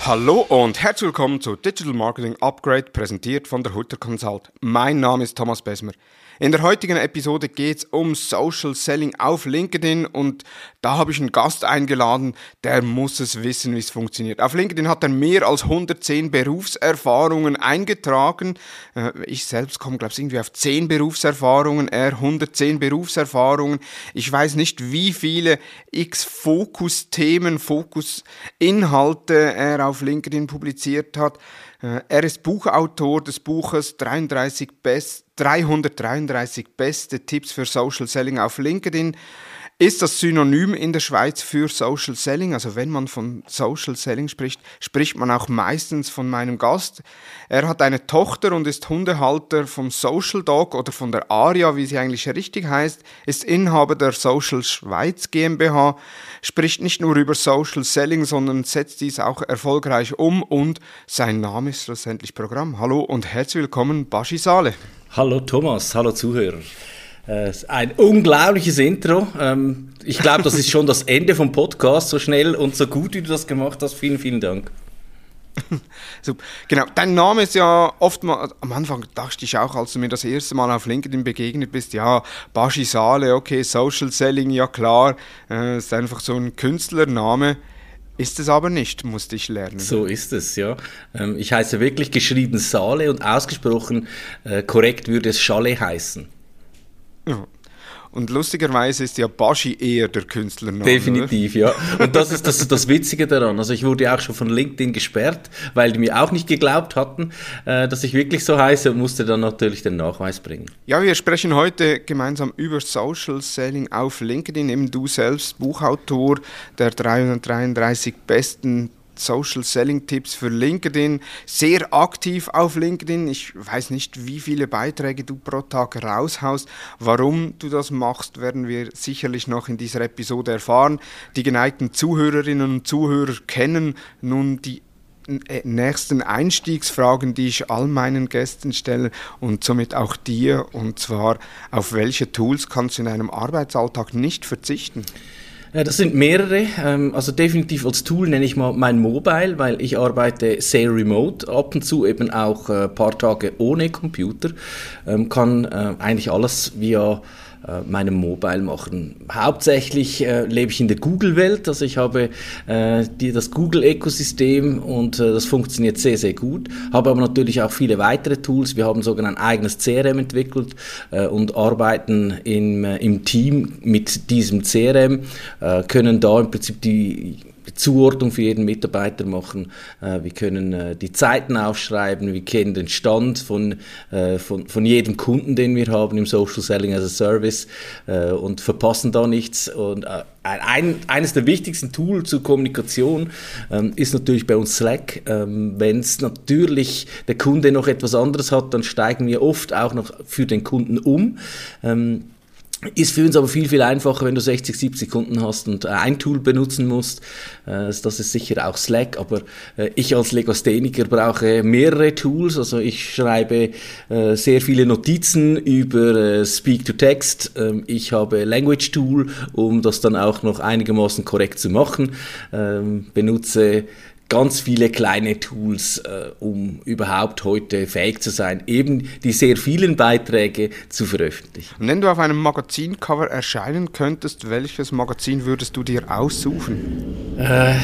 Hallo und herzlich willkommen zu Digital Marketing Upgrade, präsentiert von der Hutter Consult. Mein Name ist Thomas Besmer. In der heutigen Episode geht es um Social Selling auf LinkedIn und da habe ich einen Gast eingeladen, der muss es wissen, wie es funktioniert. Auf LinkedIn hat er mehr als 110 Berufserfahrungen eingetragen. Ich selbst komme, glaube ich, irgendwie auf 10 Berufserfahrungen, er 110 Berufserfahrungen. Ich weiß nicht, wie viele Fokus-Themen, Fokus-Inhalte er auf LinkedIn publiziert hat. Er ist Buchautor des Buches 333 beste Tipps für Social Selling auf LinkedIn. Ist das Synonym in der Schweiz für Social Selling? Also wenn man von Social Selling spricht, spricht man auch meistens von meinem Gast. Er hat eine Tochter und ist Hundehalter vom Social Dog oder von der Aria, wie sie eigentlich richtig heißt, ist Inhaber der Social Schweiz GmbH, spricht nicht nur über Social Selling, sondern setzt dies auch erfolgreich um und sein Name ist schlussendlich Programm. Hallo und herzlich willkommen, Baschi Saleh. Hallo Thomas, hallo Zuhörer. Ein unglaubliches Intro. Ich glaube, das ist schon das Ende vom Podcast, so schnell und so gut, wie du das gemacht hast. Vielen, vielen Dank. Super. Genau, dein Name ist ja oftmals, am Anfang dachte ich auch, als du mir das erste Mal auf LinkedIn begegnet bist, ja, Baschi Saleh, okay, Social Selling, ja klar, ist einfach so ein Künstlername. Ist es aber nicht, musste ich lernen. So ist es, ja. Ich heiße wirklich geschrieben Saleh und ausgesprochen korrekt würde es Chalet heißen. Ja. Und lustigerweise ist ja Baschi eher der Künstlername. Definitiv, oder? Ja. Und das ist das Witzige daran. Also ich wurde auch schon von LinkedIn gesperrt, weil die mir auch nicht geglaubt hatten, dass ich wirklich so heiße und musste dann natürlich den Nachweis bringen. Ja, wir sprechen heute gemeinsam über Social Selling auf LinkedIn. Eben du selbst, Buchautor der 333 besten Social Selling Tipps für LinkedIn, sehr aktiv auf LinkedIn. Ich weiß nicht, wie viele Beiträge du pro Tag raushaust. Warum du das machst, werden wir sicherlich noch in dieser Episode erfahren. Die geneigten Zuhörerinnen und Zuhörer kennen nun die nächsten Einstiegsfragen, die ich all meinen Gästen stelle und somit auch dir. Und zwar, auf welche Tools kannst du in einem Arbeitsalltag nicht verzichten? Das sind mehrere, also definitiv als Tool nenne ich mal mein Mobile, weil ich arbeite sehr remote, ab und zu eben auch ein paar Tage ohne Computer, kann eigentlich alles via meinem Mobile machen. Hauptsächlich lebe ich in der Google-Welt, also ich habe das Google-Ökosystem und das funktioniert sehr, sehr gut. Habe aber natürlich auch viele weitere Tools. Wir haben sogar ein eigenes CRM entwickelt und arbeiten im Team mit diesem CRM, können da im Prinzip die Zuordnung für jeden Mitarbeiter machen. Wir können die Zeiten aufschreiben, wir kennen den Stand von jedem Kunden, den wir haben im Social Selling as a Service und verpassen da nichts. Und eines der wichtigsten Tools zur Kommunikation ist natürlich bei uns Slack. Wenn es natürlich der Kunde noch etwas anderes hat, dann steigen wir oft auch noch für den Kunden um. Ist für uns aber viel, viel einfacher, wenn du 60, 70 Kunden hast und ein Tool benutzen musst. Das ist sicher auch Slack, aber ich als Legastheniker brauche mehrere Tools. Also ich schreibe sehr viele Notizen über Speak-to-Text. Ich habe Language Tool, um das dann auch noch einigermaßen korrekt zu machen. Benutze ganz viele kleine Tools, um überhaupt heute fähig zu sein, eben die sehr vielen Beiträge zu veröffentlichen. Und wenn du auf einem Magazincover erscheinen könntest, welches Magazin würdest du dir aussuchen?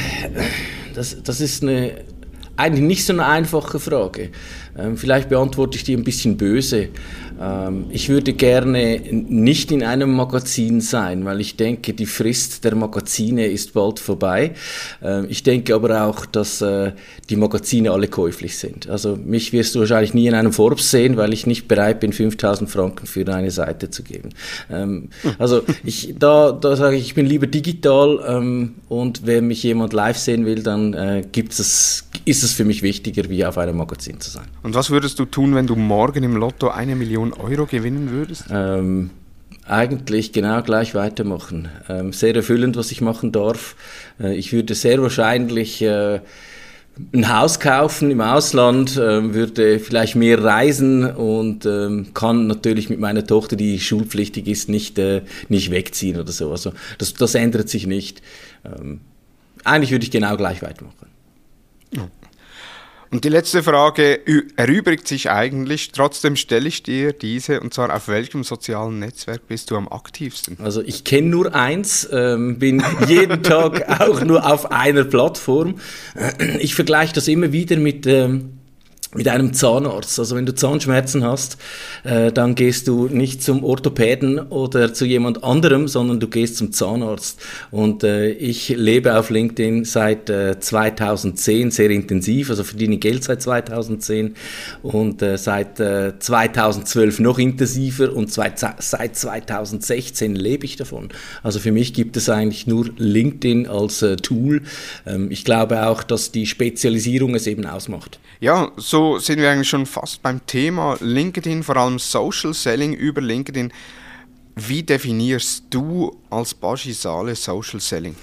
Das ist eigentlich nicht so eine einfache Frage. Vielleicht beantworte ich die ein bisschen böse. Ich würde gerne nicht in einem Magazin sein, weil ich denke, die Frist der Magazine ist bald vorbei. Ich denke aber auch, dass die Magazine alle käuflich sind. Also mich wirst du wahrscheinlich nie in einem Forbes sehen, weil ich nicht bereit bin, 5.000 Franken für eine Seite zu geben. Also da sage ich bin lieber digital und wenn mich jemand live sehen will, dann ist es für mich wichtiger, wie auf einem Magazin zu sein. Und was würdest du tun, wenn du morgen im Lotto 1 Million Euro gewinnen würdest? Eigentlich genau gleich weitermachen. Sehr erfüllend, was ich machen darf. Ich würde sehr wahrscheinlich ein Haus kaufen im Ausland, würde vielleicht mehr reisen und kann natürlich mit meiner Tochter, die schulpflichtig ist, nicht wegziehen oder so. Also das ändert sich nicht. Eigentlich würde ich genau gleich weitermachen. Und die letzte Frage erübrigt sich eigentlich, trotzdem stelle ich dir diese, und zwar: Auf welchem sozialen Netzwerk bist du am aktivsten? Also ich kenne nur eins, bin jeden Tag auch nur auf einer Plattform. Ich vergleiche das immer wieder mit einem Zahnarzt. Also wenn du Zahnschmerzen hast, dann gehst du nicht zum Orthopäden oder zu jemand anderem, sondern du gehst zum Zahnarzt. Und ich lebe auf LinkedIn seit 2010 sehr intensiv, also verdiene Geld seit 2010 und seit 2012 noch intensiver und seit 2016 lebe ich davon. Also für mich gibt es eigentlich nur LinkedIn als Tool. Ich glaube auch, dass die Spezialisierung es eben ausmacht. Ja, so sind wir eigentlich schon fast beim Thema LinkedIn, vor allem Social Selling über LinkedIn. Wie definierst du als Baschi Saleh Social Selling?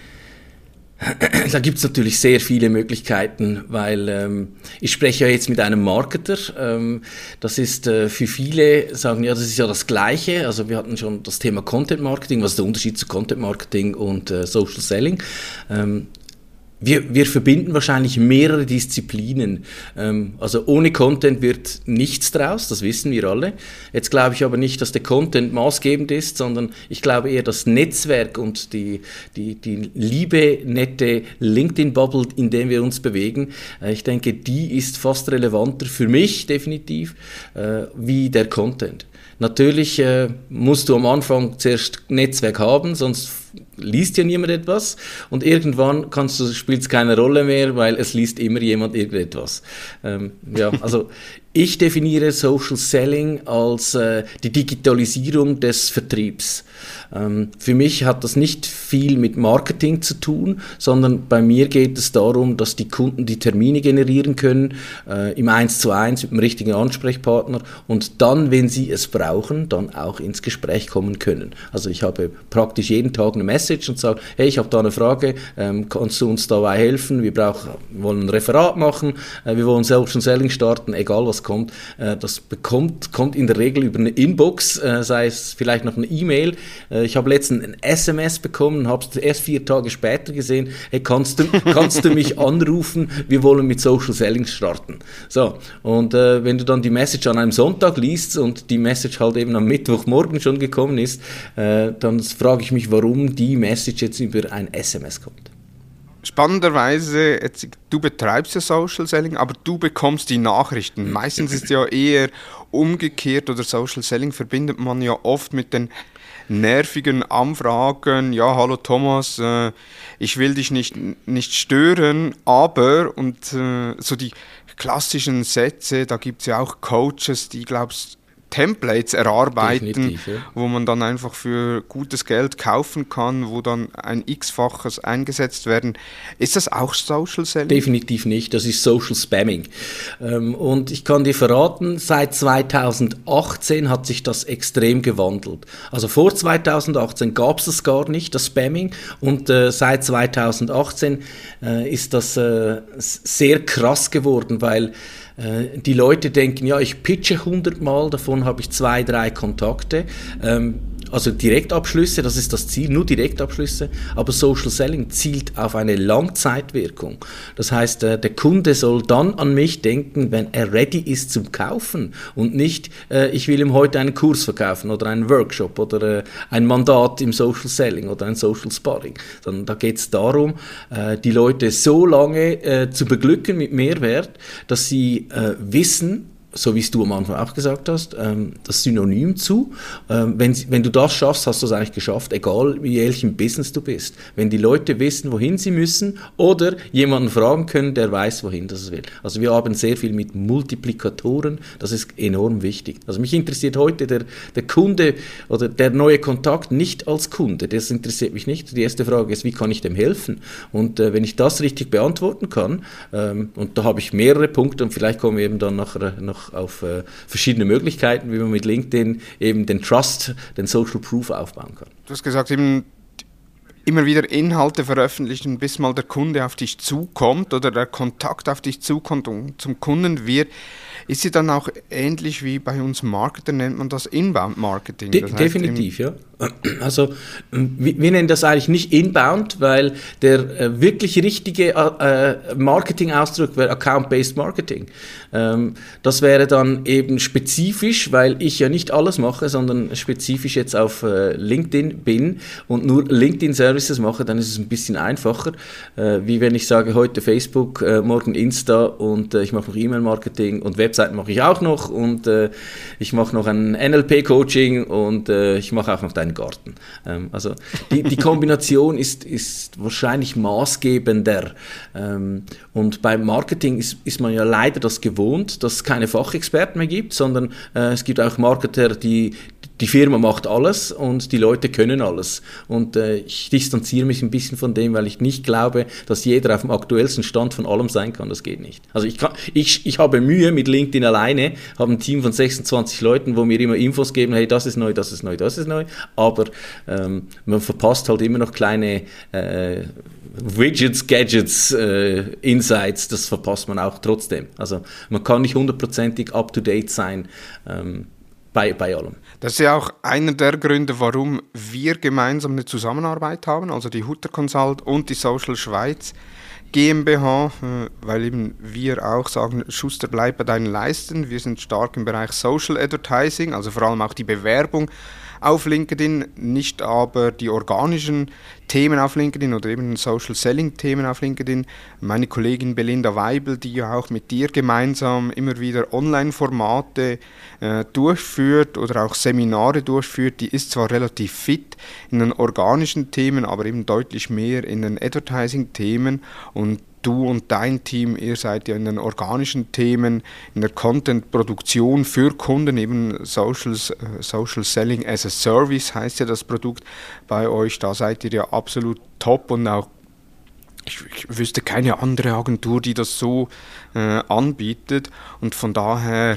Da gibt es natürlich sehr viele Möglichkeiten, weil ich spreche ja jetzt mit einem Marketer. Das ist für viele, sagen ja, das ist ja das Gleiche. Also wir hatten schon das Thema Content Marketing. Was ist der Unterschied zu Content Marketing und Social Selling? Wir verbinden wahrscheinlich mehrere Disziplinen. Also ohne Content wird nichts draus, das wissen wir alle. Jetzt glaube ich aber nicht, dass der Content maßgebend ist, sondern ich glaube eher das Netzwerk und die liebe, nette LinkedIn-Bubble, in der wir uns bewegen. Ich denke, die ist fast relevanter für mich definitiv wie der Content. Natürlich musst du am Anfang zuerst Netzwerk haben, sonst liest ja niemand etwas und irgendwann spielt es keine Rolle mehr, weil es liest immer jemand irgendetwas. Also ich definiere Social Selling als die Digitalisierung des Vertriebs. Für mich hat das nicht viel mit Marketing zu tun, sondern bei mir geht es darum, dass die Kunden die Termine generieren können, im 1:1 mit dem richtigen Ansprechpartner und dann, wenn sie es brauchen, dann auch ins Gespräch kommen können. Also ich habe praktisch jeden Tag eine Message und sage, hey, ich habe da eine Frage, kannst du uns dabei helfen? Wir wollen ein Referat machen, wir wollen Social Selling starten, egal was kommt. Das kommt in der Regel über eine Inbox, sei es vielleicht noch eine E-Mail. Ich habe letztens ein SMS bekommen, habe es erst 4 Tage später gesehen, hey, kannst du mich anrufen, wir wollen mit Social Selling starten. So, und wenn du dann die Message an einem Sonntag liest und die Message halt eben am Mittwochmorgen schon gekommen ist, dann frage ich mich, warum die Message jetzt über ein SMS kommt. Spannenderweise, du betreibst ja Social Selling, aber du bekommst die Nachrichten. Meistens ist es ja eher umgekehrt, oder Social Selling verbindet man ja oft mit den nervigen Anfragen. Ja, hallo Thomas, ich will dich nicht stören, aber, und so die klassischen Sätze, da gibt es ja auch Coaches, die, glaubst Templates erarbeiten, ja, wo man dann einfach für gutes Geld kaufen kann, wo dann ein x-faches eingesetzt werden. Ist das auch Social Selling? Definitiv nicht, das ist Social Spamming. Und ich kann dir verraten, seit 2018 hat sich das extrem gewandelt. Also vor 2018 gab es das gar nicht, das Spamming, und seit 2018 ist das sehr krass geworden, weil die Leute denken, ja, ich pitche 100 Mal, davon habe ich 2, 3 Kontakte. Also Direktabschlüsse, das ist das Ziel, nur Direktabschlüsse, aber Social Selling zielt auf eine Langzeitwirkung. Das heißt, der Kunde soll dann an mich denken, wenn er ready ist zum Kaufen und nicht, ich will ihm heute einen Kurs verkaufen oder einen Workshop oder ein Mandat im Social Selling oder ein Social Sparring, sondern da geht es darum, die Leute so lange zu beglücken mit Mehrwert, dass sie wissen, so wie es du am Anfang auch gesagt hast, das Synonym zu. Wenn du das schaffst, hast du es eigentlich geschafft, egal in welchem Business du bist. Wenn die Leute wissen, wohin sie müssen oder jemanden fragen können, der weiß, wohin das will. Also wir haben sehr viel mit Multiplikatoren, das ist enorm wichtig. Also mich interessiert heute der Kunde oder der neue Kontakt nicht als Kunde, das interessiert mich nicht. Die erste Frage ist, wie kann ich dem helfen? Und wenn ich das richtig beantworten kann, und da habe ich mehrere Punkte und vielleicht kommen wir eben dann nachher noch auf verschiedene Möglichkeiten, wie man mit LinkedIn eben den Trust, den Social Proof aufbauen kann. Du hast gesagt, immer immer wieder Inhalte veröffentlichen, bis mal der Kunde auf dich zukommt oder der Kontakt auf dich zukommt und zum Kunden wird. Ist sie dann auch ähnlich wie bei uns Marketer, nennt man das Inbound-Marketing? Das heißt definitiv, ja. Also wir nennen das eigentlich nicht Inbound, weil der wirklich richtige Marketing-Ausdruck wäre Account-Based Marketing. Das wäre dann eben spezifisch, weil ich ja nicht alles mache, sondern spezifisch jetzt auf LinkedIn bin und nur LinkedIn-Services mache, dann ist es ein bisschen einfacher, wie wenn ich sage, heute Facebook, morgen Insta und ich mache noch E-Mail-Marketing und Webseiten mache ich auch noch und ich mache noch ein NLP-Coaching und ich mache auch noch deinen Garten. Also die Kombination ist wahrscheinlich maßgebender. Und beim Marketing ist man ja leider das gewohnt, dass es keine Fachexperten mehr gibt, sondern es gibt auch Marketer, die Firma macht alles und die Leute können alles. Und ich distanziere mich ein bisschen von dem, weil ich nicht glaube, dass jeder auf dem aktuellsten Stand von allem sein kann. Das geht nicht. Also ich habe Mühe mit LinkedIn alleine, habe ein Team von 26 Leuten, wo mir immer Infos geben, hey, das ist neu, das ist neu, das ist neu. Aber man verpasst halt immer noch kleine Widgets, Gadgets, Insights, das verpasst man auch trotzdem. Also man kann nicht 100%ig up-to-date sein, bei allem. Das ist ja auch einer der Gründe, warum wir gemeinsam eine Zusammenarbeit haben, also die Hutter Consult und die Social Schweiz GmbH, weil eben wir auch sagen, Schuster, bleib bei deinen Leisten. Wir sind stark im Bereich Social Advertising, also vor allem auch die Bewerbung auf LinkedIn, nicht aber die organischen Themen auf LinkedIn oder eben Social Selling Themen auf LinkedIn. Meine Kollegin Belinda Weibel, die ja auch mit dir gemeinsam immer wieder Online-Formate durchführt oder auch Seminare durchführt, die ist zwar relativ fit in den organischen Themen, aber eben deutlich mehr in den Advertising-Themen und du und dein Team, ihr seid ja in den organischen Themen, in der Content-Produktion für Kunden, eben Social Selling as a Service heißt ja das Produkt bei euch, da seid ihr ja absolut top und auch ich wüsste keine andere Agentur, die das so anbietet und von daher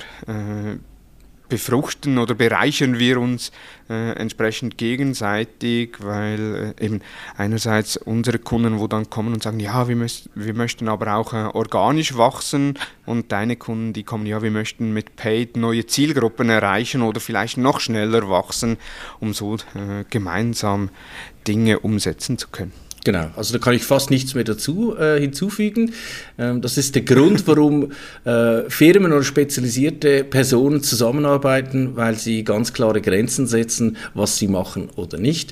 befruchten oder bereichern wir uns entsprechend gegenseitig, weil eben einerseits unsere Kunden, wo dann kommen und sagen, ja, wir möchten aber auch organisch wachsen und deine Kunden, die kommen, ja, wir möchten mit Paid neue Zielgruppen erreichen oder vielleicht noch schneller wachsen, um so gemeinsam Dinge umsetzen zu können. Genau, also da kann ich fast nichts mehr dazu hinzufügen. Das ist der Grund, warum Firmen oder spezialisierte Personen zusammenarbeiten, weil sie ganz klare Grenzen setzen, was sie machen oder nicht.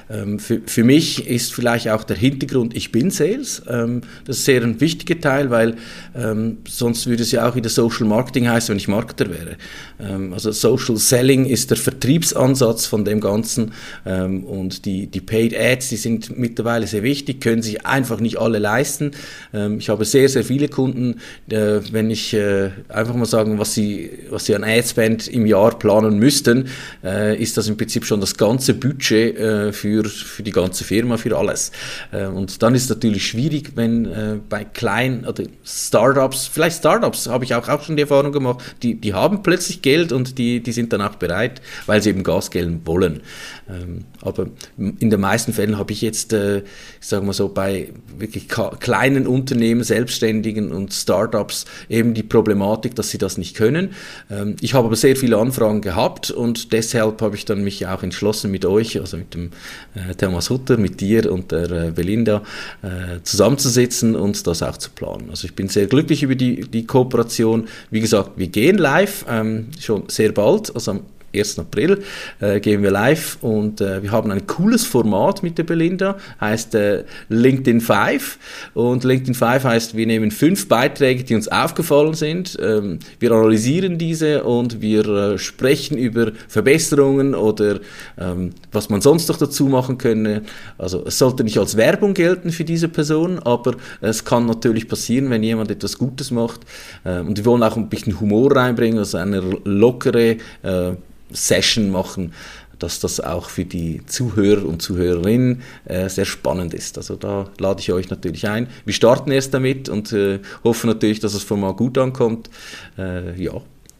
Für mich ist vielleicht auch der Hintergrund, ich bin Sales. Das ist sehr ein wichtiger Teil, weil sonst würde es ja auch wieder Social Marketing heißen, wenn ich Marketer wäre. Also Social Selling ist der Vertriebsansatz von dem Ganzen und die Paid Ads, die sind mittlerweile sehr wichtig, können sich einfach nicht alle leisten. Ich habe sehr, sehr viele Kunden, wenn ich einfach mal sagen, was sie an Adspend im Jahr planen müssten, ist das im Prinzip schon das ganze Budget für die ganze Firma, für alles. Und dann ist es natürlich schwierig, wenn bei kleinen oder Startups, vielleicht Startups habe ich auch schon die Erfahrung gemacht, die haben plötzlich Geld und die sind dann auch bereit, weil sie eben Gas geben wollen. Aber in den meisten Fällen habe ich jetzt, ich sage mal so, bei wirklich kleinen Unternehmen, Selbstständigen und Startups eben die Problematik, dass sie das nicht können. Ich habe aber sehr viele Anfragen gehabt und deshalb habe ich dann mich auch entschlossen, mit euch, also mit dem Thomas Hutter, mit dir und der Belinda zusammenzusitzen und das auch zu planen. Also ich bin sehr glücklich über die Kooperation. Wie gesagt, wir gehen live, schon sehr bald, also am 1. April gehen wir live und wir haben ein cooles Format mit der Belinda, heißt LinkedIn 5 und LinkedIn 5 heißt, wir nehmen 5 Beiträge, die uns aufgefallen sind, wir analysieren diese und wir sprechen über Verbesserungen oder was man sonst noch dazu machen könne. Also es sollte nicht als Werbung gelten für diese Person, aber es kann natürlich passieren, wenn jemand etwas Gutes macht und wir wollen auch ein bisschen Humor reinbringen, also eine lockere Session machen, dass das auch für die Zuhörer und Zuhörerinnen sehr spannend ist. Also da lade ich euch natürlich ein. Wir starten erst damit und hoffen natürlich, dass das Format gut ankommt. Ja.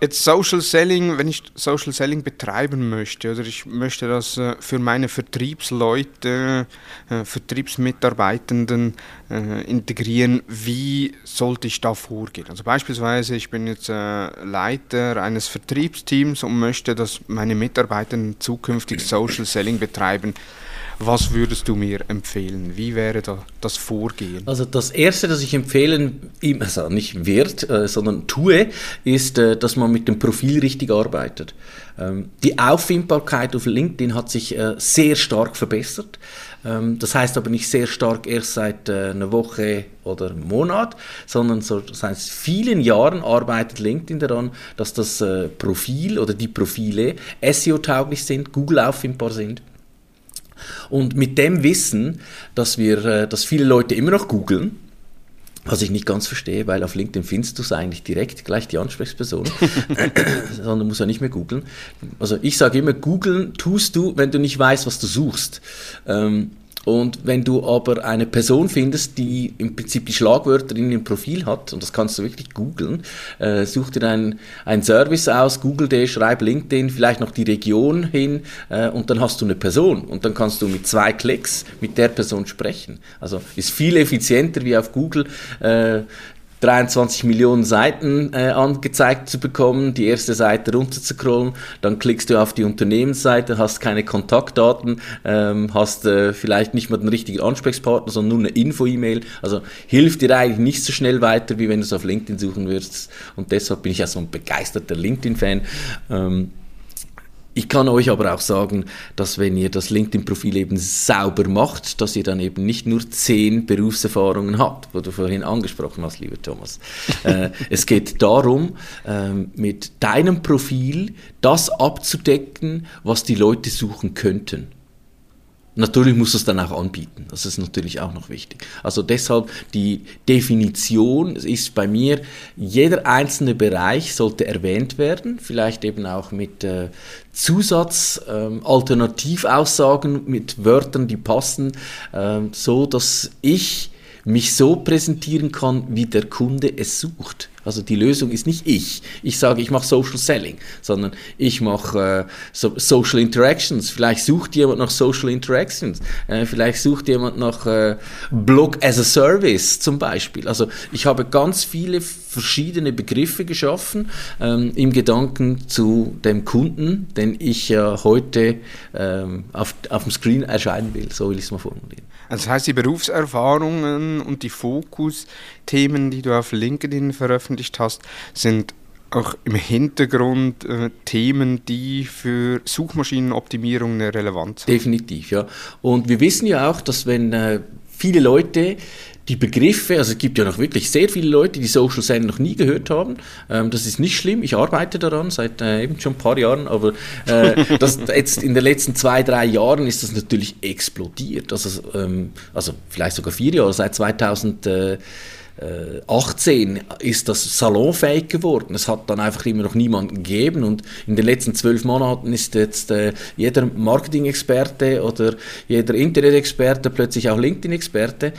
Jetzt Social Selling, wenn ich Social Selling betreiben möchte oder ich möchte das für meine Vertriebsleute, Vertriebsmitarbeitenden integrieren, wie sollte ich da vorgehen? Also beispielsweise, ich bin jetzt Leiter eines Vertriebsteams und möchte, dass meine Mitarbeitenden zukünftig Social Selling betreiben. Was würdest du mir empfehlen? Wie wäre da das Vorgehen? Also das Erste, das ich empfehlen, also nicht wird, sondern tue, ist, dass man mit dem Profil richtig arbeitet. Die Auffindbarkeit auf LinkedIn hat sich sehr stark verbessert. Das heißt aber nicht sehr stark erst seit einer Woche oder einem Monat, sondern seit vielen Jahren arbeitet LinkedIn daran, dass das Profil oder die Profile SEO-tauglich sind, Google auffindbar sind. Und mit dem Wissen, dass viele Leute immer noch googeln, was ich nicht ganz verstehe, weil auf LinkedIn findest du es eigentlich direkt, gleich die Ansprechperson, sondern musst ja nicht mehr googeln. Also ich sage immer, googeln tust du, wenn du nicht weißt, was du suchst. Und wenn du aber eine Person findest, die im Prinzip die Schlagwörter in ihrem Profil hat, und das kannst du wirklich googeln, such dir einen Service aus, google den, schreib LinkedIn, vielleicht noch die Region hin und dann hast du eine Person und dann kannst du mit 2 Klicks mit der Person sprechen. Also ist viel effizienter wie auf Google 23 Millionen Seiten angezeigt zu bekommen, die erste Seite runterzuscrollen, dann klickst du auf die Unternehmensseite, hast keine Kontaktdaten, hast vielleicht nicht mal den richtigen Ansprechpartner, sondern nur eine Info-E-Mail. Also hilft dir eigentlich nicht so schnell weiter, wie wenn du es auf LinkedIn suchen würdest. Und deshalb bin ich ja so ein begeisterter LinkedIn-Fan. Ich kann euch aber auch sagen, dass wenn ihr das LinkedIn-Profil eben sauber macht, dass ihr dann eben nicht nur 10 Berufserfahrungen habt, wo du vorhin angesprochen hast, lieber Thomas. Es geht darum, mit deinem Profil das abzudecken, was die Leute suchen könnten. Natürlich musst du es dann auch anbieten, das ist natürlich auch noch wichtig. Also deshalb die Definition ist bei mir, jeder einzelne Bereich sollte erwähnt werden, vielleicht eben auch mit Alternativaussagen, mit Wörtern, die passen, so dass ich mich so präsentieren kann, wie der Kunde es sucht. Also die Lösung ist nicht ich sage, ich mache Social Selling, sondern ich mache Social Interactions. Vielleicht sucht jemand nach Social Interactions, vielleicht sucht jemand nach Blog as a Service zum Beispiel. Also ich habe ganz viele verschiedene Begriffe geschaffen im Gedanken zu dem Kunden, den ich ja heute auf dem Screen erscheinen will, so will ich es mal formulieren. Also das heißt, die Berufserfahrungen und die Fokusthemen, die du auf LinkedIn veröffentlicht hast, sind auch im Hintergrund Themen, die für Suchmaschinenoptimierung eine Relevanz haben. Definitiv, ja. Und wir wissen ja auch, dass wenn viele Leute die Begriffe, also es gibt ja noch wirklich sehr viele Leute, die Social Selling noch nie gehört haben. Das ist nicht schlimm, ich arbeite daran seit eben schon ein paar Jahren, aber das jetzt in den letzten 2-3 Jahren ist das natürlich explodiert. Also vielleicht sogar 4 Jahre, seit 2018 ist das salonfähig geworden. Es hat dann einfach immer noch niemanden gegeben und in den letzten 12 Monaten ist jetzt jeder Marketing-Experte oder jeder Internet-Experte plötzlich auch LinkedIn-Experte.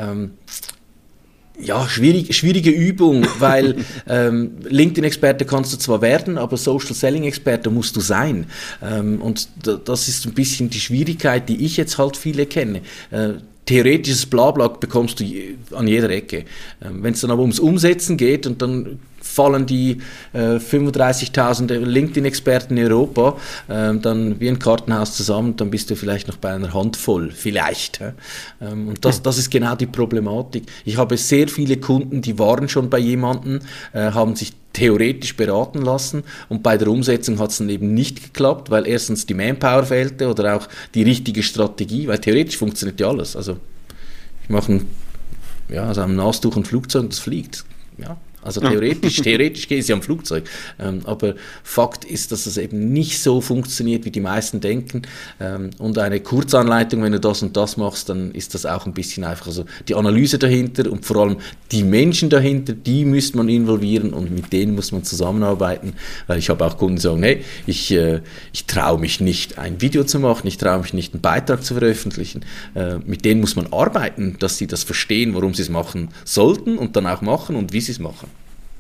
Ja, schwierige Übung, weil LinkedIn-Experte kannst du zwar werden, aber Social-Selling-Experte musst du sein. Und das ist ein bisschen die Schwierigkeit, die ich jetzt halt viele kenne. Theoretisches Blabla bekommst du an jeder Ecke. Wenn es dann aber ums Umsetzen geht und dann fallen die 35.000 LinkedIn-Experten in Europa dann wie ein Kartenhaus zusammen, dann bist du vielleicht noch bei einer Handvoll, vielleicht. Und das ist genau die Problematik. Ich habe sehr viele Kunden, die waren schon bei jemandem, haben sich theoretisch beraten lassen und bei der Umsetzung hat es dann eben nicht geklappt, weil erstens die Manpower fehlte oder auch die richtige Strategie, weil theoretisch funktioniert ja alles. Also ich mache ein Nastuch und Flugzeug, das fliegt. Ja. Also theoretisch geht es ja am Flugzeug. Aber Fakt ist, dass es eben nicht so funktioniert, wie die meisten denken. Und eine Kurzanleitung, wenn du das und das machst, dann ist das auch ein bisschen einfach. Also die Analyse dahinter und vor allem die Menschen dahinter, die müsste man involvieren und mit denen muss man zusammenarbeiten. Weil ich habe auch Kunden, die sagen, hey, ich traue mich nicht, ein Video zu machen, ich traue mich nicht, einen Beitrag zu veröffentlichen. Mit denen muss man arbeiten, dass sie das verstehen, warum sie es machen sollten und dann auch machen und wie sie es machen.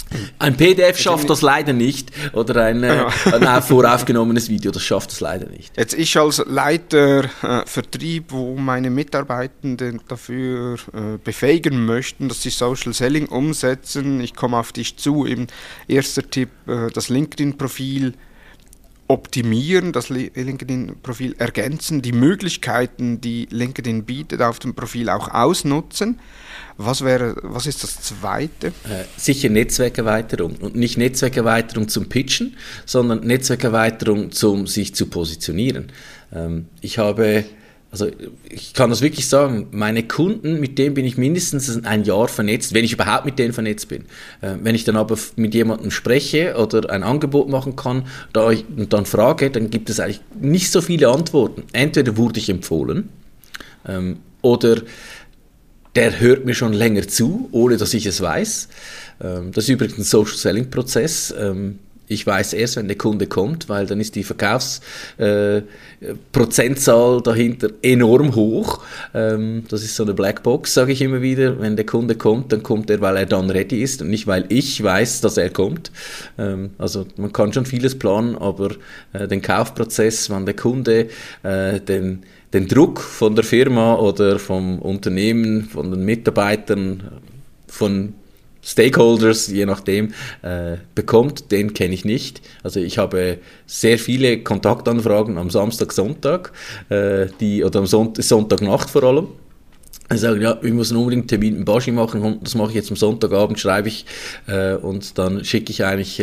Ein PDF schafft das leider nicht oder ein voraufgenommenes Video, das schafft das leider nicht. Jetzt ich als Leiter Vertrieb, wo meine Mitarbeitenden dafür befähigen möchten, dass sie Social Selling umsetzen. Ich komme auf dich zu. Eben erster Tipp, das LinkedIn-Profil optimieren, das LinkedIn-Profil ergänzen, die Möglichkeiten, die LinkedIn bietet, auf dem Profil auch ausnutzen. Was ist das Zweite? Sicher Netzwerkerweiterung. Und nicht Netzwerkerweiterung zum Pitchen, sondern Netzwerkerweiterung zum sich zu positionieren. Ich kann das wirklich sagen, meine Kunden, mit denen bin ich mindestens ein Jahr vernetzt, wenn ich überhaupt mit denen vernetzt bin. Wenn ich dann aber mit jemandem spreche oder ein Angebot machen kann und dann frage, dann gibt es eigentlich nicht so viele Antworten. Entweder wurde ich empfohlen oder der hört mir schon länger zu, ohne dass ich es weiß. Das ist übrigens ein Social Selling Prozess. Ich weiß erst, wenn der Kunde kommt, weil dann ist die Verkaufsprozentzahl dahinter enorm hoch. Das ist so eine Blackbox, sage ich immer wieder. Wenn der Kunde kommt, dann kommt er, weil er dann ready ist und nicht, weil ich weiß, dass er kommt. Also man kann schon vieles planen, aber den Kaufprozess, wann der Kunde den Druck von der Firma oder vom Unternehmen, von den Mitarbeitern, von Stakeholders, je nachdem, bekommt, den kenne ich nicht. Also ich habe sehr viele Kontaktanfragen am Samstag, Sonntag, oder am Sonntagnacht vor allem. Ich sage, ja, wir müssen unbedingt einen Termin mit Baschi machen und das mache ich jetzt am Sonntagabend, schreibe ich und dann schicke ich eigentlich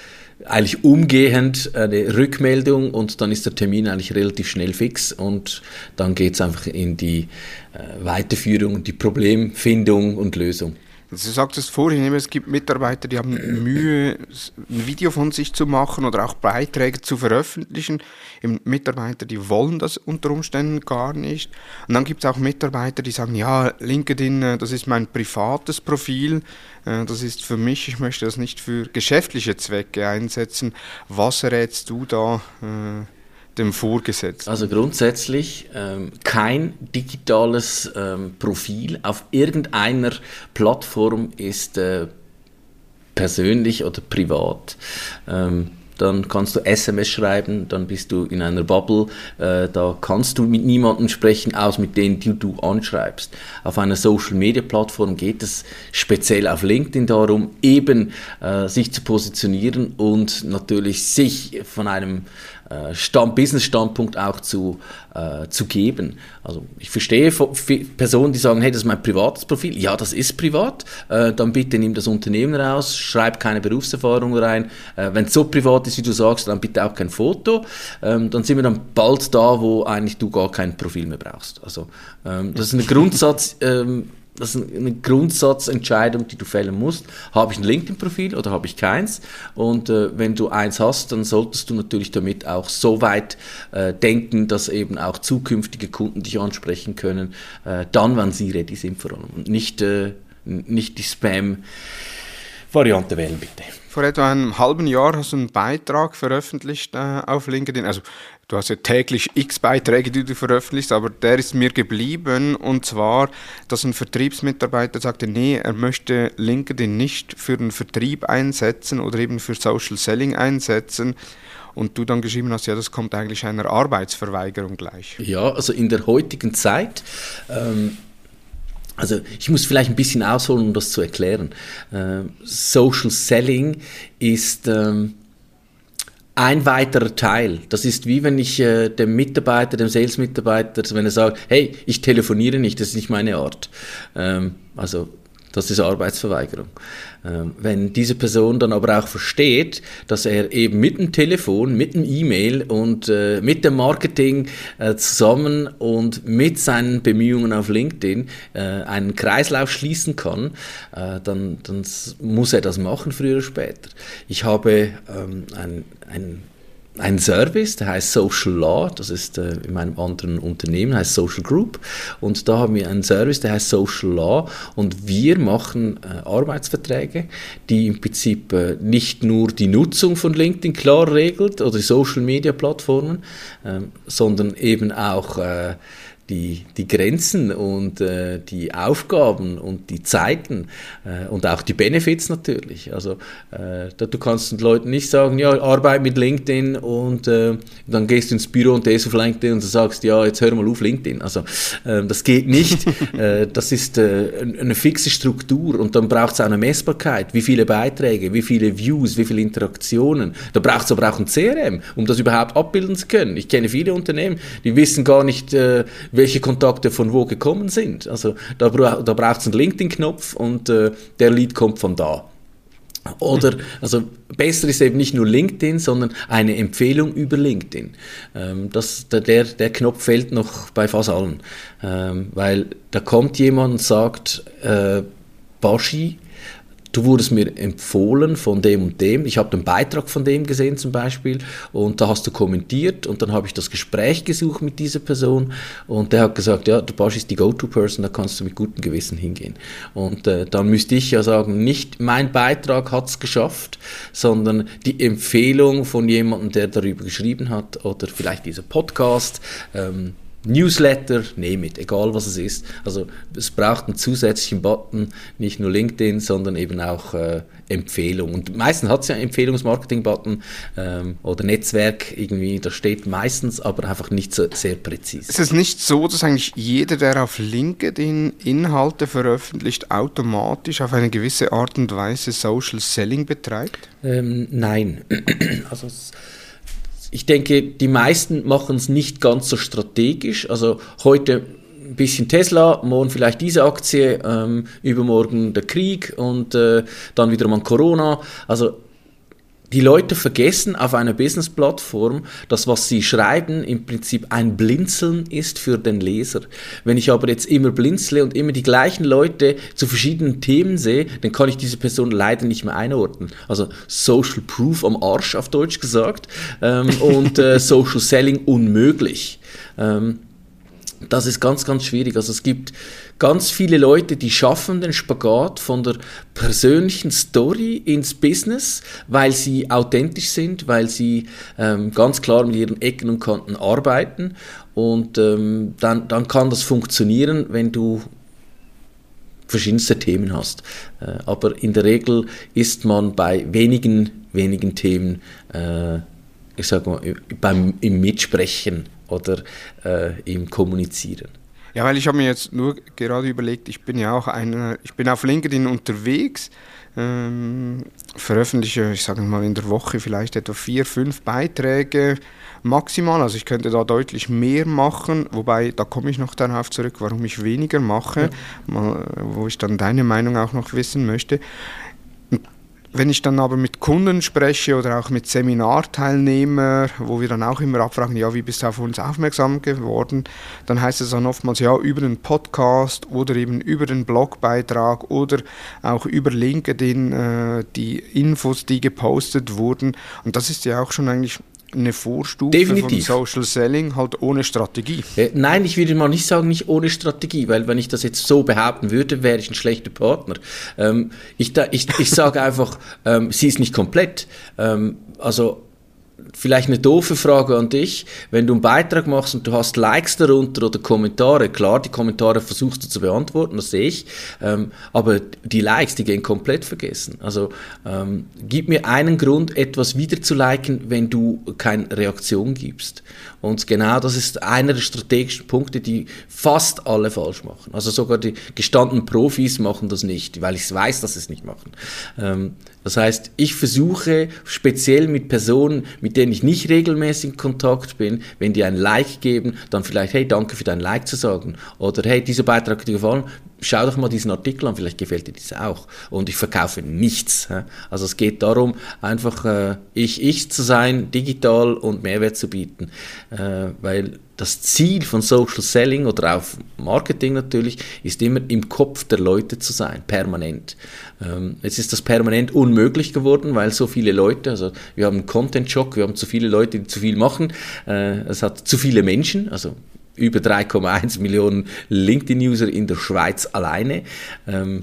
umgehend eine Rückmeldung und dann ist der Termin eigentlich relativ schnell fix und dann geht es einfach in die Weiterführung, die Problemfindung und Lösung. Du sagtest vorhin, es gibt Mitarbeiter, die haben Mühe, ein Video von sich zu machen oder auch Beiträge zu veröffentlichen. Eben Mitarbeiter, die wollen das unter Umständen gar nicht. Und dann gibt es auch Mitarbeiter, die sagen, ja, LinkedIn, das ist mein privates Profil, das ist für mich, ich möchte das nicht für geschäftliche Zwecke einsetzen. Was rätst du da dem Vorgesetzten? Also grundsätzlich kein digitales Profil auf irgendeiner Plattform ist persönlich oder privat. Dann kannst du SMS schreiben, dann bist du in einer Bubble, da kannst du mit niemandem sprechen, aus mit denen du anschreibst. Auf einer Social-Media-Plattform geht es speziell auf LinkedIn darum, eben sich zu positionieren und natürlich sich von einem Business-Standpunkt auch zu geben. Also ich verstehe Personen, die sagen, hey, das ist mein privates Profil. Ja, das ist privat. Dann bitte nimm das Unternehmen raus, schreib keine Berufserfahrung rein. Wenn es so privat ist, wie du sagst, dann bitte auch kein Foto. Dann sind wir dann bald da, wo eigentlich du gar kein Profil mehr brauchst. Also das ist eine Grundsatzentscheidung, die du fällen musst. Habe ich ein LinkedIn-Profil oder habe ich keins? Und wenn du eins hast, dann solltest du natürlich damit auch so weit denken, dass eben auch zukünftige Kunden dich ansprechen können, dann, wenn sie ready sind vor allem. Und nicht die Spam-Variante wählen, bitte. Vor etwa einem halben Jahr hast du einen Beitrag veröffentlicht auf LinkedIn. Also du hast ja täglich x Beiträge, die du veröffentlichst, aber der ist mir geblieben. Und zwar, dass ein Vertriebsmitarbeiter sagte, nee, er möchte LinkedIn nicht für den Vertrieb einsetzen oder eben für Social Selling einsetzen. Und du dann geschrieben hast, ja, das kommt eigentlich einer Arbeitsverweigerung gleich. Ja, also in der heutigen Zeit... Also ich muss vielleicht ein bisschen ausholen, um das zu erklären. Social Selling ist ein weiterer Teil. Das ist wie wenn ich dem Sales-Mitarbeiter, wenn er sagt, hey, ich telefoniere nicht, das ist nicht meine Art. Also das ist Arbeitsverweigerung. Wenn diese Person dann aber auch versteht, dass er eben mit dem Telefon, mit dem E-Mail und mit dem Marketing zusammen und mit seinen Bemühungen auf LinkedIn einen Kreislauf schließen kann, dann muss er das machen, früher oder später. Ich habe einen Service, der heißt Social Law, das ist in meinem anderen Unternehmen, heißt Social Group, und da haben wir einen Service, der heißt Social Law, und wir machen Arbeitsverträge, die im Prinzip nicht nur die Nutzung von LinkedIn klar regelt oder die Social Media Plattformen, sondern eben auch die Grenzen und die Aufgaben und die Zeiten und auch die Benefits natürlich. Also du kannst den Leuten nicht sagen, ja, arbeite mit LinkedIn und dann gehst du ins Büro und gehst auf LinkedIn und du sagst, ja, jetzt hör mal auf LinkedIn. Also das geht nicht. Das ist eine fixe Struktur und dann braucht es auch eine Messbarkeit. Wie viele Beiträge, wie viele Views, wie viele Interaktionen. Da braucht es aber auch ein CRM, um das überhaupt abbilden zu können. Ich kenne viele Unternehmen, die wissen gar nicht, welche Kontakte von wo gekommen sind. Also da braucht es einen LinkedIn-Knopf und der Lead kommt von da. Oder, also besser ist eben nicht nur LinkedIn, sondern eine Empfehlung über LinkedIn. Der Knopf fehlt noch bei fast allen, weil da kommt jemand und sagt, Baschi, du wurdest mir empfohlen von dem und dem, ich habe den Beitrag von dem gesehen zum Beispiel und da hast du kommentiert und dann habe ich das Gespräch gesucht mit dieser Person und der hat gesagt, ja, der Baschi ist die Go-To-Person, da kannst du mit gutem Gewissen hingehen. Und dann müsste ich ja sagen, nicht mein Beitrag hat es geschafft, sondern die Empfehlung von jemandem, der darüber geschrieben hat oder vielleicht dieser Podcast, Newsletter, name it, egal was es ist. Also es braucht einen zusätzlichen Button, nicht nur LinkedIn, sondern eben auch Empfehlung. Und meistens hat es ja einen Empfehlungsmarketing-Button oder Netzwerk irgendwie, da steht meistens, aber einfach nicht so sehr präzise. Ist es nicht so, dass eigentlich jeder, der auf LinkedIn Inhalte veröffentlicht, automatisch auf eine gewisse Art und Weise Social Selling betreibt? Nein. Also ich denke, die meisten machen es nicht ganz so strategisch. Also heute ein bisschen Tesla, morgen vielleicht diese Aktie, übermorgen der Krieg und dann wieder mal Corona. Also die Leute vergessen auf einer Business-Plattform, dass was sie schreiben im Prinzip ein Blinzeln ist für den Leser. Wenn ich aber jetzt immer blinzle und immer die gleichen Leute zu verschiedenen Themen sehe, dann kann ich diese Person leider nicht mehr einordnen. Also Social Proof am Arsch, auf Deutsch gesagt, und Social Selling unmöglich. Das ist ganz, ganz schwierig. Also es gibt ganz viele Leute, die schaffen den Spagat von der persönlichen Story ins Business, weil sie authentisch sind, weil sie ganz klar mit ihren Ecken und Kanten arbeiten. Und dann kann das funktionieren, wenn du verschiedenste Themen hast. Aber in der Regel ist man bei wenigen Themen, ich sag mal, im Mitsprechen oder im Kommunizieren. Ja, weil ich habe mir jetzt nur gerade überlegt, ich bin auf LinkedIn unterwegs, veröffentliche, ich sage mal in der Woche vielleicht etwa 4-5 Beiträge maximal, also ich könnte da deutlich mehr machen, wobei, da komme ich noch darauf zurück, warum ich weniger mache, wo ich dann deine Meinung auch noch wissen möchte. Wenn ich dann aber mit Kunden spreche oder auch mit Seminarteilnehmern, wo wir dann auch immer abfragen, ja, wie bist du auf uns aufmerksam geworden, dann heißt es dann oftmals, ja, über den Podcast oder eben über den Blogbeitrag oder auch über LinkedIn, die Infos, die gepostet wurden. Und das ist ja auch schon eigentlich eine Vorstufe Definitiv. von Social Selling, halt ohne Strategie. Nein, ich würde mal nicht sagen, nicht ohne Strategie, weil wenn ich das jetzt so behaupten würde, wäre ich ein schlechter Partner. Ich sage einfach, sie ist nicht komplett. Also vielleicht eine doofe Frage an dich, wenn du einen Beitrag machst und du hast Likes darunter oder Kommentare, klar, die Kommentare versuchst du zu beantworten, das sehe ich, aber die Likes, die gehen komplett vergessen. Also gib mir einen Grund, etwas wieder zu liken, wenn du keine Reaktion gibst. Und genau das ist einer der strategischen Punkte, die fast alle falsch machen. Also sogar die gestandenen Profis machen das nicht, weil ich weiß, dass sie es nicht machen. Das heißt, ich versuche speziell mit Personen, mit denen ich nicht regelmäßig in Kontakt bin, wenn die ein Like geben, dann vielleicht, hey, danke für dein Like zu sagen. Oder hey, dieser Beitrag hat dir gefallen, schau doch mal diesen Artikel an, vielleicht gefällt dir dieser auch. Und ich verkaufe nichts. Also es geht darum, einfach ich zu sein, digital und Mehrwert zu bieten. Weil das Ziel von Social Selling oder auch Marketing natürlich ist immer im Kopf der Leute zu sein, permanent. Jetzt ist das permanent unmöglich geworden, weil so viele Leute, also wir haben einen Content-Schock, wir haben zu viele Leute, die zu viel machen, es hat zu viele Menschen, also über 3,1 Millionen LinkedIn-User in der Schweiz alleine.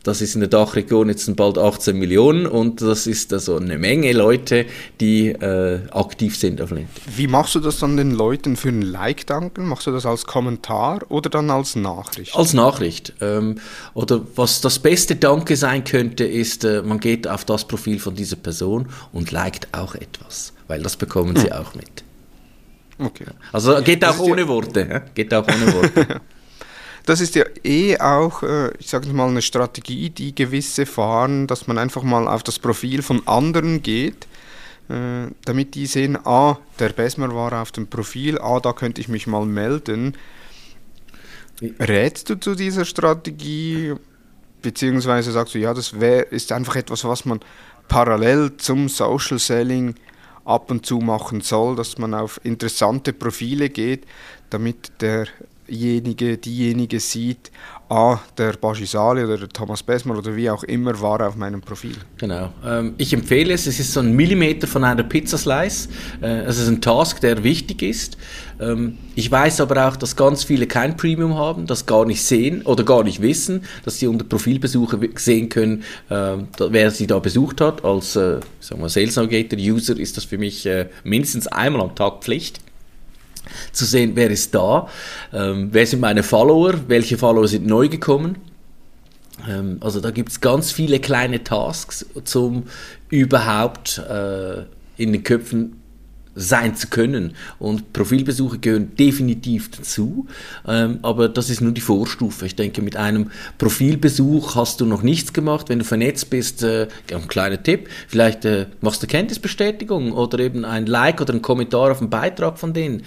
das ist in der Dachregion jetzt bald 18 Millionen und das ist also eine Menge Leute, die aktiv sind auf LinkedIn. Wie machst du das dann den Leuten für ein Like danken? Machst du das als Kommentar oder dann als Nachricht? Als Nachricht. Oder was das beste Danke sein könnte, ist, man geht auf das Profil von dieser Person und liked auch etwas, weil das bekommen sie auch mit. Okay. Also geht auch ohne Worte. Ja? Geht auch ohne Worte. Das ist ja auch, ich sage mal, eine Strategie, die gewisse fahren, dass man einfach mal auf das Profil von anderen geht, damit die sehen, der Besmer war auf dem Profil, da könnte ich mich mal melden. Rätst du zu dieser Strategie, beziehungsweise sagst du, ja, das ist einfach etwas, was man parallel zum Social Selling ab und zu machen soll, dass man auf interessante Profile geht, damit diejenige sieht, der Bajisali oder der Thomas Besmer oder wie auch immer war auf meinem Profil. Genau. Ich empfehle es ist so ein Millimeter von einer Pizzaslice. Es ist ein Task, der wichtig ist. Ich weiß aber auch, dass ganz viele kein Premium haben, das gar nicht sehen oder gar nicht wissen, dass sie unter Profilbesuche sehen können, wer sie da besucht hat. Als Sales Navigator User ist das für mich mindestens einmal am Tag Pflicht. Zu sehen, wer ist da, wer sind meine Follower, welche Follower sind neu gekommen. Also da gibt es ganz viele kleine Tasks, zum überhaupt in den Köpfen sein zu können. Und Profilbesuche gehören definitiv dazu, aber das ist nur die Vorstufe. Ich denke, mit einem Profilbesuch hast du noch nichts gemacht. Wenn du vernetzt bist, ein kleiner Tipp, vielleicht machst du Kenntnisbestätigung oder eben ein Like oder ein Kommentar auf einen Beitrag von denen.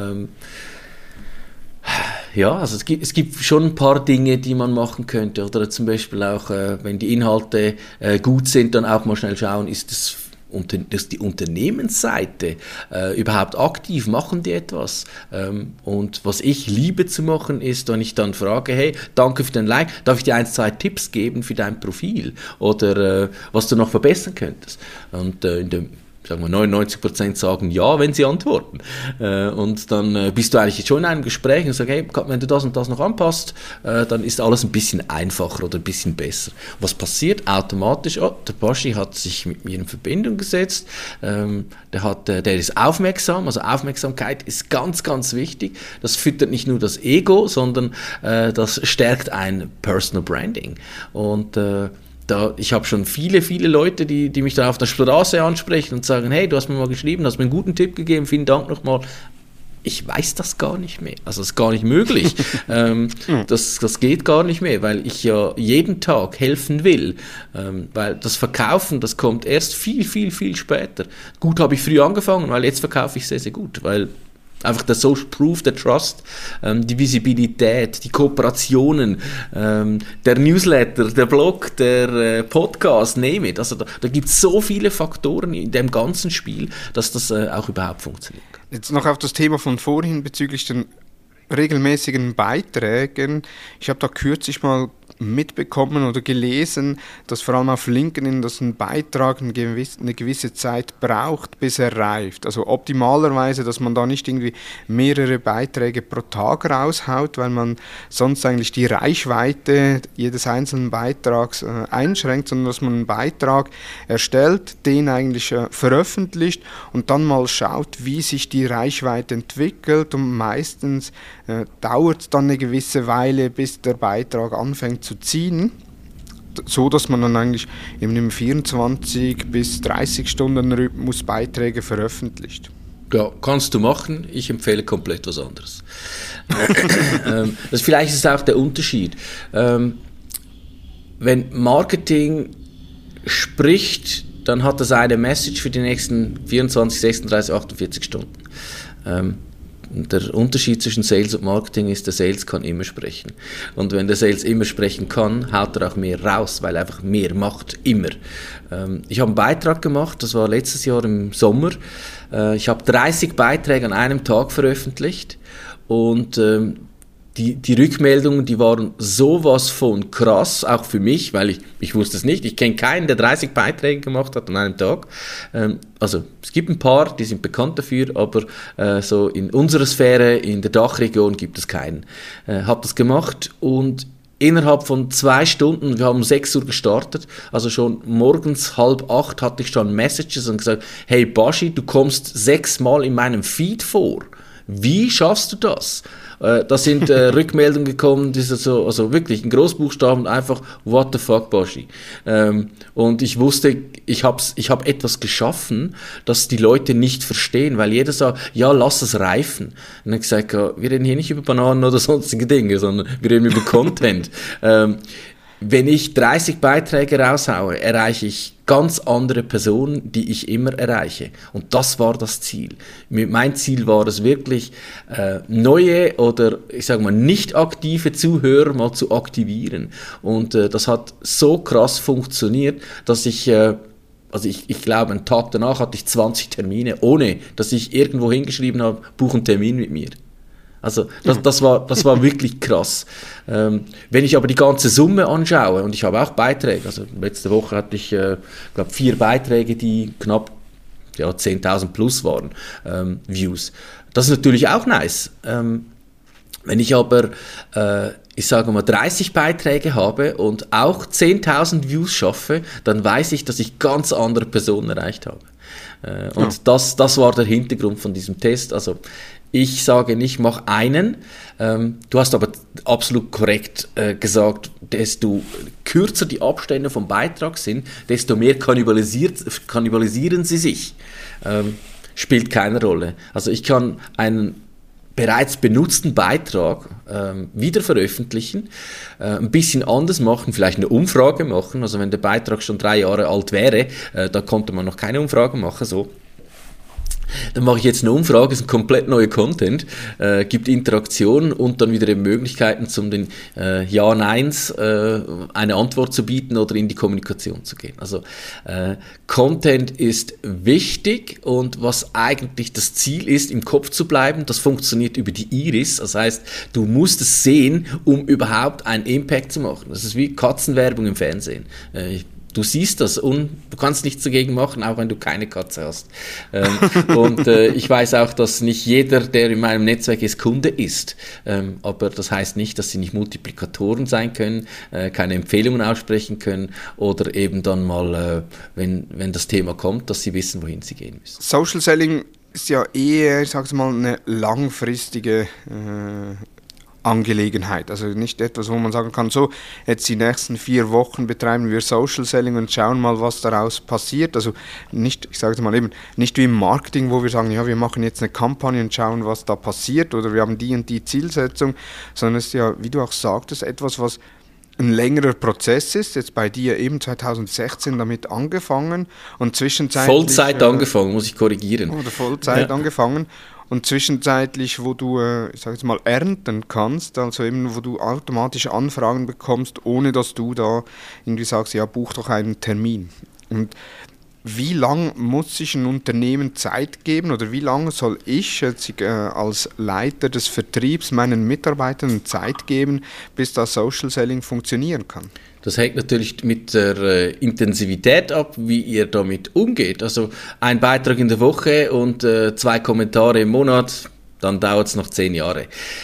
Ja, also es gibt schon ein paar Dinge, die man machen könnte. Oder zum Beispiel auch, wenn die Inhalte gut sind, dann auch mal schnell schauen, ist die Unternehmensseite überhaupt aktiv, machen die etwas? Und was ich liebe zu machen, ist, wenn ich dann frage, hey, danke für den Like, darf ich dir 1, 2 Tipps geben für dein Profil? Oder was du noch verbessern könntest? Und in dem sagen wir 99% sagen ja, wenn sie antworten. Und dann bist du eigentlich schon in einem Gespräch und sagst, hey, wenn du das und das noch anpasst, dann ist alles ein bisschen einfacher oder ein bisschen besser. Was passiert? Automatisch, der Baschi hat sich mit mir in Verbindung gesetzt, der ist aufmerksam, also Aufmerksamkeit ist ganz, ganz wichtig. Das füttert nicht nur das Ego, sondern das stärkt ein Personal Branding. Und ich habe schon viele Leute, die mich da auf der Straße ansprechen und sagen, hey, du hast mir mal geschrieben, hast mir einen guten Tipp gegeben, vielen Dank nochmal. Ich weiß das gar nicht mehr. Also es ist gar nicht möglich. Das geht gar nicht mehr, weil ich ja jeden Tag helfen will. Weil das Verkaufen, das kommt erst viel später. Gut, habe ich früh angefangen, weil jetzt verkaufe ich sehr, sehr gut, weil einfach der Social Proof, der Trust, die Visibilität, die Kooperationen, der Newsletter, der Blog, der Podcast, name it. Also da gibt es so viele Faktoren in dem ganzen Spiel, dass das auch überhaupt funktioniert. Jetzt noch auf das Thema von vorhin bezüglich den regelmäßigen Beiträgen. Ich habe da kürzlich mal mitbekommen oder gelesen, dass vor allem auf LinkedIn dass ein Beitrag eine gewisse Zeit braucht, bis er reift. Also optimalerweise, dass man da nicht irgendwie mehrere Beiträge pro Tag raushaut, weil man sonst eigentlich die Reichweite jedes einzelnen Beitrags einschränkt, sondern dass man einen Beitrag erstellt, den eigentlich veröffentlicht und dann mal schaut, wie sich die Reichweite entwickelt, und meistens dauert es dann eine gewisse Weile, bis der Beitrag anfängt zu ziehen, so dass man dann eigentlich eben im 24 bis 30 Stunden Rhythmus Beiträge veröffentlicht. Ja, kannst du machen. Ich empfehle komplett was anderes. Vielleicht ist auch der Unterschied. Wenn Marketing spricht, dann hat das eine Message für die nächsten 24, 36, 48 Stunden. Der Unterschied zwischen Sales und Marketing ist, der Sales kann immer sprechen. Und wenn der Sales immer sprechen kann, haut er auch mehr raus, weil er einfach mehr macht, immer. Ich habe einen Beitrag gemacht, das war letztes Jahr im Sommer. Ich habe 30 Beiträge an einem Tag veröffentlicht und die Rückmeldungen, die waren sowas von krass, auch für mich, weil ich wusste es nicht. Ich kenne keinen, der 30 Beiträge gemacht hat an einem Tag. Also es gibt ein paar, die sind bekannt dafür, aber so in unserer Sphäre, in der Dachregion gibt es keinen. Habe das gemacht und innerhalb von 2 Stunden, wir haben um 6 Uhr gestartet, also schon morgens 7:30 hatte ich schon Messages und gesagt, hey Baschi, du kommst 6 Mal in meinem Feed vor. Wie schaffst du das? Da sind Rückmeldungen gekommen, die so, also wirklich in Großbuchstaben einfach, what the fuck, Baschi. Und ich wusste, ich hab etwas geschaffen, das die Leute nicht verstehen, weil jeder sagt, ja, lass es reifen. Und dann habe ich gesagt, ja, wir reden hier nicht über Bananen oder sonstige Dinge, sondern wir reden über Content. Wenn ich 30 Beiträge raushaue, erreiche ich ganz andere Personen, die ich immer erreiche. Und das war das Ziel. Mein Ziel war es wirklich, neue oder ich sage mal nicht aktive Zuhörer mal zu aktivieren. Und das hat so krass funktioniert, dass ich glaube, einen Tag danach hatte ich 20 Termine, ohne dass ich irgendwo hingeschrieben habe, buch einen Termin mit mir. Also das war wirklich krass. Wenn ich aber die ganze Summe anschaue, und ich habe auch Beiträge, also letzte Woche hatte ich, glaube 4 Beiträge, die knapp 10.000 plus waren, Views. Das ist natürlich auch nice. Wenn ich aber, ich sage mal, 30 Beiträge habe und auch 10.000 Views schaffe, dann weiß ich, dass ich ganz andere Personen erreicht habe. Und das war der Hintergrund von diesem Test. Also ich sage nicht, mach einen. Du hast aber absolut korrekt gesagt, desto kürzer die Abstände vom Beitrag sind, desto mehr kannibalisieren sie sich. Spielt keine Rolle. Also ich kann einen bereits benutzten Beitrag wieder veröffentlichen, ein bisschen anders machen, vielleicht eine Umfrage machen. Also wenn der Beitrag schon 3 Jahre alt wäre, dann konnte man noch keine Umfrage machen, so. Dann mache ich jetzt eine Umfrage, ist ein komplett neuer Content, gibt Interaktion und dann wieder Möglichkeiten, zum den Ja-Neins eine Antwort zu bieten oder in die Kommunikation zu gehen. Also Content ist wichtig, und was eigentlich das Ziel ist, im Kopf zu bleiben, das funktioniert über die Iris. Das heißt, du musst es sehen, um überhaupt einen Impact zu machen. Das ist wie Katzenwerbung im Fernsehen. Du siehst das und du kannst nichts dagegen machen, auch wenn du keine Katze hast. Und ich weiß auch, dass nicht jeder, der in meinem Netzwerk ist, Kunde ist. Aber das heißt nicht, dass sie nicht Multiplikatoren sein können, keine Empfehlungen aussprechen können oder eben dann mal, wenn das Thema kommt, dass sie wissen, wohin sie gehen müssen. Social Selling ist ja eher, ich sag's mal, eine langfristige Angelegenheit. Also nicht etwas, wo man sagen kann, so, jetzt die nächsten 4 Wochen betreiben wir Social Selling und schauen mal, was daraus passiert. Also nicht, ich sage es mal eben, nicht wie im Marketing, wo wir sagen, ja, wir machen jetzt eine Kampagne und schauen, was da passiert, oder wir haben die und die Zielsetzung, sondern es ist ja, wie du auch sagtest, etwas, was ein längerer Prozess ist, jetzt bei dir eben 2016 damit angefangen und zwischenzeitlich... Vollzeit angefangen, muss ich korrigieren. Oder Vollzeit angefangen. Und zwischenzeitlich, wo du, ich sage jetzt mal, ernten kannst, also eben, wo du automatisch Anfragen bekommst, ohne dass du da irgendwie sagst, ja, buch doch einen Termin. Und wie lang muss sich ein Unternehmen Zeit geben, oder wie lange soll ich jetzt als Leiter des Vertriebs meinen Mitarbeitern Zeit geben, bis das Social Selling funktionieren kann? Das hängt natürlich mit der Intensivität ab, wie ihr damit umgeht. Also ein Beitrag in der Woche und 2 Kommentare im Monat, dann dauert es noch 10 Jahre.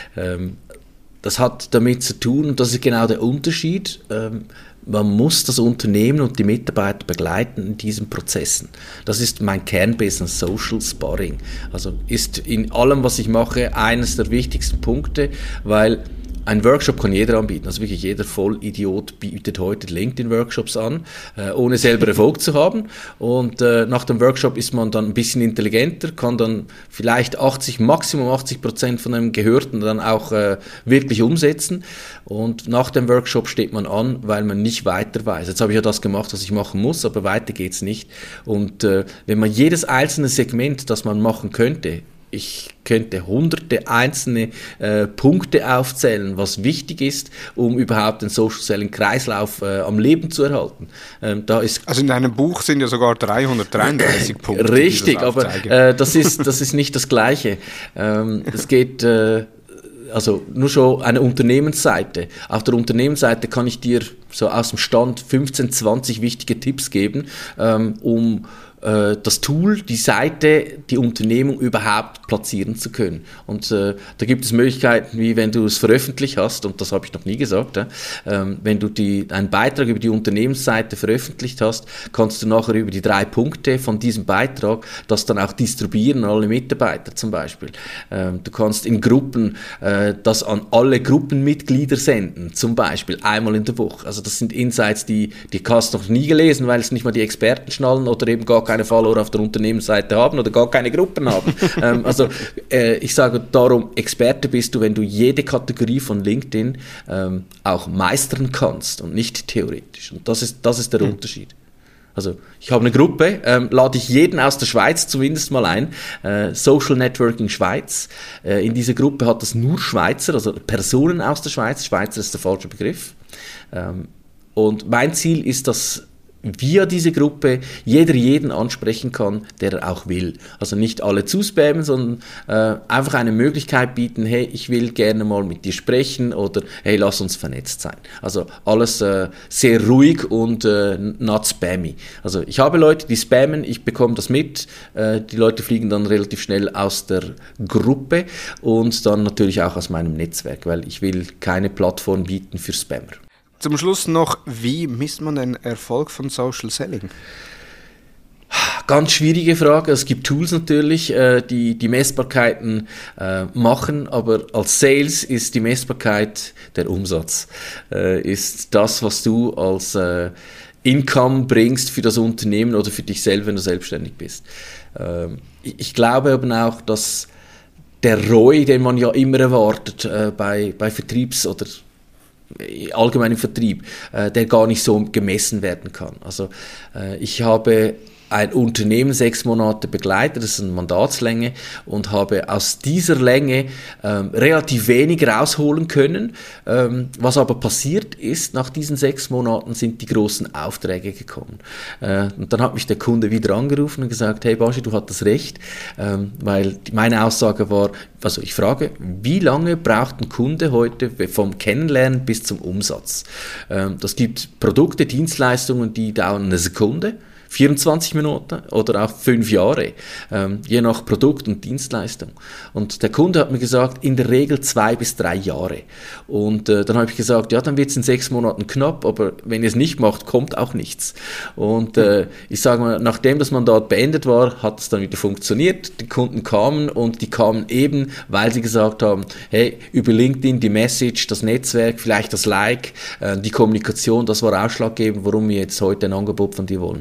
Das hat damit zu tun, und das ist genau der Unterschied, man muss das Unternehmen und die Mitarbeiter begleiten in diesen Prozessen. Das ist mein Kernbusiness, Social Sparring. Also ist in allem, was ich mache, eines der wichtigsten Punkte, weil ein Workshop kann jeder anbieten, also wirklich jeder Vollidiot bietet heute LinkedIn-Workshops an, ohne selber Erfolg zu haben, und nach dem Workshop ist man dann ein bisschen intelligenter, kann dann vielleicht Maximum 80% von dem Gehörten dann auch wirklich umsetzen, und nach dem Workshop steht man an, weil man nicht weiter weiß. Jetzt habe ich ja das gemacht, was ich machen muss, aber weiter geht's nicht, und wenn man jedes einzelne Segment, das man machen könnte, ich könnte hunderte einzelne Punkte aufzählen, was wichtig ist, um überhaupt den Social Selling Kreislauf am Leben zu erhalten. Also in deinem Buch sind ja sogar 333 Punkte. Richtig, aber das ist nicht das Gleiche. Es geht also nur schon eine Unternehmensseite. Auf der Unternehmensseite kann ich dir so aus dem Stand 15, 20 wichtige Tipps geben, um das Tool, die Seite, die Unternehmung überhaupt platzieren zu können. Und da gibt es Möglichkeiten, wie wenn du es veröffentlicht hast, und das habe ich noch nie gesagt, wenn du einen Beitrag über die Unternehmensseite veröffentlicht hast, kannst du nachher über die 3 Punkte von diesem Beitrag das dann auch distribuieren an alle Mitarbeiter zum Beispiel. Du kannst in Gruppen das an alle Gruppenmitglieder senden, zum Beispiel einmal in der Woche. Also das sind Insights, die hast du noch nie gelesen, weil es nicht mal die Experten schnallen oder eben gar keine Follower auf der Unternehmensseite haben oder gar keine Gruppen haben. Ich sage darum, Experte bist du, wenn du jede Kategorie von LinkedIn auch meistern kannst und nicht theoretisch. Und das ist der Unterschied. Also ich habe eine Gruppe, lade ich jeden aus der Schweiz zumindest mal ein, Social Networking Schweiz. In dieser Gruppe hat es nur Schweizer, also Personen aus der Schweiz. Schweizer ist der falsche Begriff. Und mein Ziel ist, dass via diese Gruppe jeder jeden ansprechen kann, der er auch will. Also nicht alle zuspammen, sondern einfach eine Möglichkeit bieten, hey, ich will gerne mal mit dir sprechen oder hey, lass uns vernetzt sein. Also alles sehr ruhig und not spammy. Also ich habe Leute, die spammen, ich bekomme das mit, die Leute fliegen dann relativ schnell aus der Gruppe und dann natürlich auch aus meinem Netzwerk, weil ich will keine Plattform bieten für Spammer. Zum Schluss noch, wie misst man den Erfolg von Social Selling? Ganz schwierige Frage. Es gibt Tools natürlich, die Messbarkeiten machen, aber als Sales ist die Messbarkeit der Umsatz. Ist das, was du als Income bringst für das Unternehmen oder für dich selber, wenn du selbstständig bist. Ich glaube eben auch, dass der ROI, den man ja immer erwartet bei Vertriebs- oder allgemeinen Vertrieb, der gar nicht so gemessen werden kann. Also ich habe ein Unternehmen 6 Monate begleitet, das ist eine Mandatslänge, und habe aus dieser Länge relativ wenig rausholen können. Was aber passiert ist, nach diesen 6 Monaten sind die großen Aufträge gekommen. Und dann hat mich der Kunde wieder angerufen und gesagt, hey Baschi, du hattest recht, weil meine Aussage war, also ich frage, wie lange braucht ein Kunde heute vom Kennenlernen bis zum Umsatz? Das gibt Produkte, Dienstleistungen, die dauern eine Sekunde, 24 Minuten oder auch 5 Jahre, je nach Produkt und Dienstleistung. Und der Kunde hat mir gesagt, in der Regel 2 bis 3 Jahre. Und dann habe ich gesagt, ja, dann wird es in 6 Monaten knapp, aber wenn ihr es nicht macht, kommt auch nichts. Und ich sage mal, nachdem das Mandat beendet war, hat es dann wieder funktioniert. Die Kunden kamen und die kamen eben, weil sie gesagt haben, hey, über LinkedIn die Message, das Netzwerk, vielleicht das Like, die Kommunikation, das war ausschlaggebend, warum wir jetzt heute ein Angebot von dir wollen.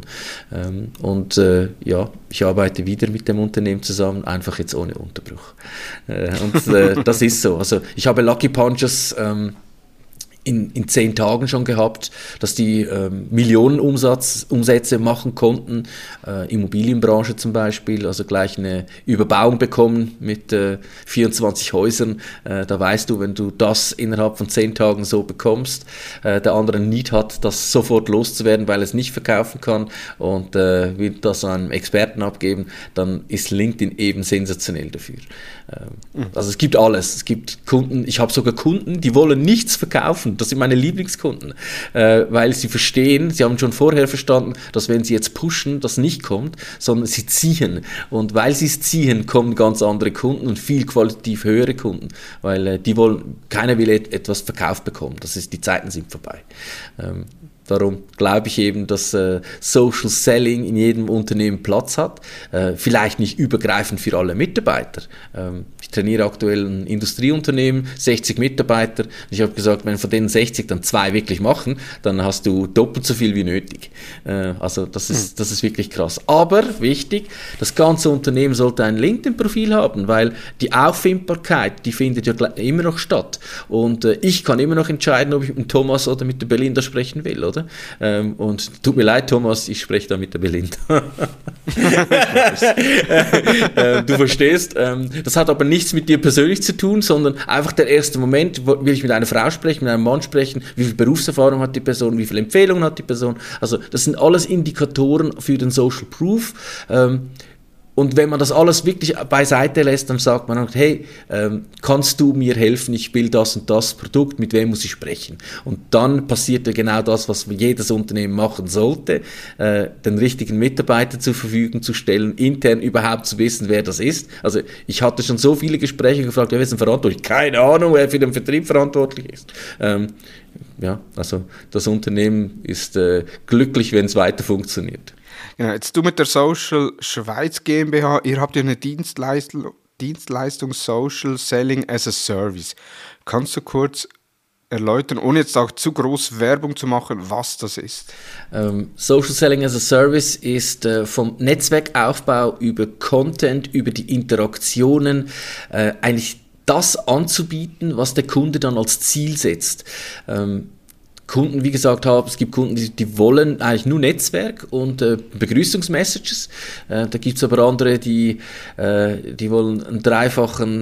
Ja, ich arbeite wieder mit dem Unternehmen zusammen, einfach jetzt ohne Unterbruch. Das ist so. Also ich habe Lucky Punches in 10 Tagen schon gehabt, dass die Millionen Umsätze machen konnten, Immobilienbranche zum Beispiel, also gleich eine Überbauung bekommen mit 24 Häusern. Da weißt du, wenn du das innerhalb von 10 Tagen so bekommst, der andere Need hat, das sofort loszuwerden, weil er es nicht verkaufen kann und will das einem Experten abgeben, dann ist LinkedIn eben sensationell dafür. Also es gibt alles. Es gibt Kunden, ich habe sogar Kunden, die wollen nichts verkaufen. Das sind meine Lieblingskunden, weil sie verstehen, sie haben schon vorher verstanden, dass wenn sie jetzt pushen, das nicht kommt, sondern sie ziehen. Und weil sie es ziehen, kommen ganz andere Kunden und viel qualitativ höhere Kunden, weil keiner will etwas verkauft bekommen. Die Zeiten sind vorbei. Darum glaube ich eben, dass Social Selling in jedem Unternehmen Platz hat. Vielleicht nicht übergreifend für alle Mitarbeiter. Ich trainiere aktuell ein Industrieunternehmen, 60 Mitarbeiter. Ich habe gesagt, wenn von denen 60 dann 2 wirklich machen, dann hast du doppelt so viel wie nötig. Also das ist wirklich krass. Aber wichtig, das ganze Unternehmen sollte ein LinkedIn-Profil haben, weil die Auffindbarkeit, die findet ja immer noch statt. Und ich kann immer noch entscheiden, ob ich mit Thomas oder mit der Belinda sprechen will, oder? Und tut mir leid, Thomas, ich spreche da mit der Belinda. Du verstehst, das hat aber nichts mit dir persönlich zu tun, sondern einfach der erste Moment, will ich mit einer Frau sprechen, mit einem Mann sprechen, wie viel Berufserfahrung hat die Person, wie viele Empfehlungen hat die Person. Also das sind alles Indikatoren für den Social Proof. Und wenn man das alles wirklich beiseite lässt, dann sagt man, hey, kannst du mir helfen, ich will das und das Produkt, mit wem muss ich sprechen? Und dann passiert ja genau das, was jedes Unternehmen machen sollte, den richtigen Mitarbeiter zur Verfügung zu stellen, intern überhaupt zu wissen, wer das ist. Also ich hatte schon so viele Gespräche gefragt, wer ist denn verantwortlich? Keine Ahnung, wer für den Vertrieb verantwortlich ist. Ja, also das Unternehmen ist glücklich, wenn es weiter funktioniert. Genau, jetzt du mit der Social Schweiz GmbH, ihr habt ja eine Dienstleistung Social Selling as a Service. Kannst du kurz erläutern, ohne jetzt auch zu groß Werbung zu machen, was das ist? Social Selling as a Service ist vom Netzwerkaufbau über Content, über die Interaktionen eigentlich das anzubieten, was der Kunde dann als Ziel setzt. Kunden, wie gesagt habe, es gibt Kunden, die wollen eigentlich nur Netzwerk und Begrüßungsmessages. Da gibt es aber andere, die wollen einen dreifachen,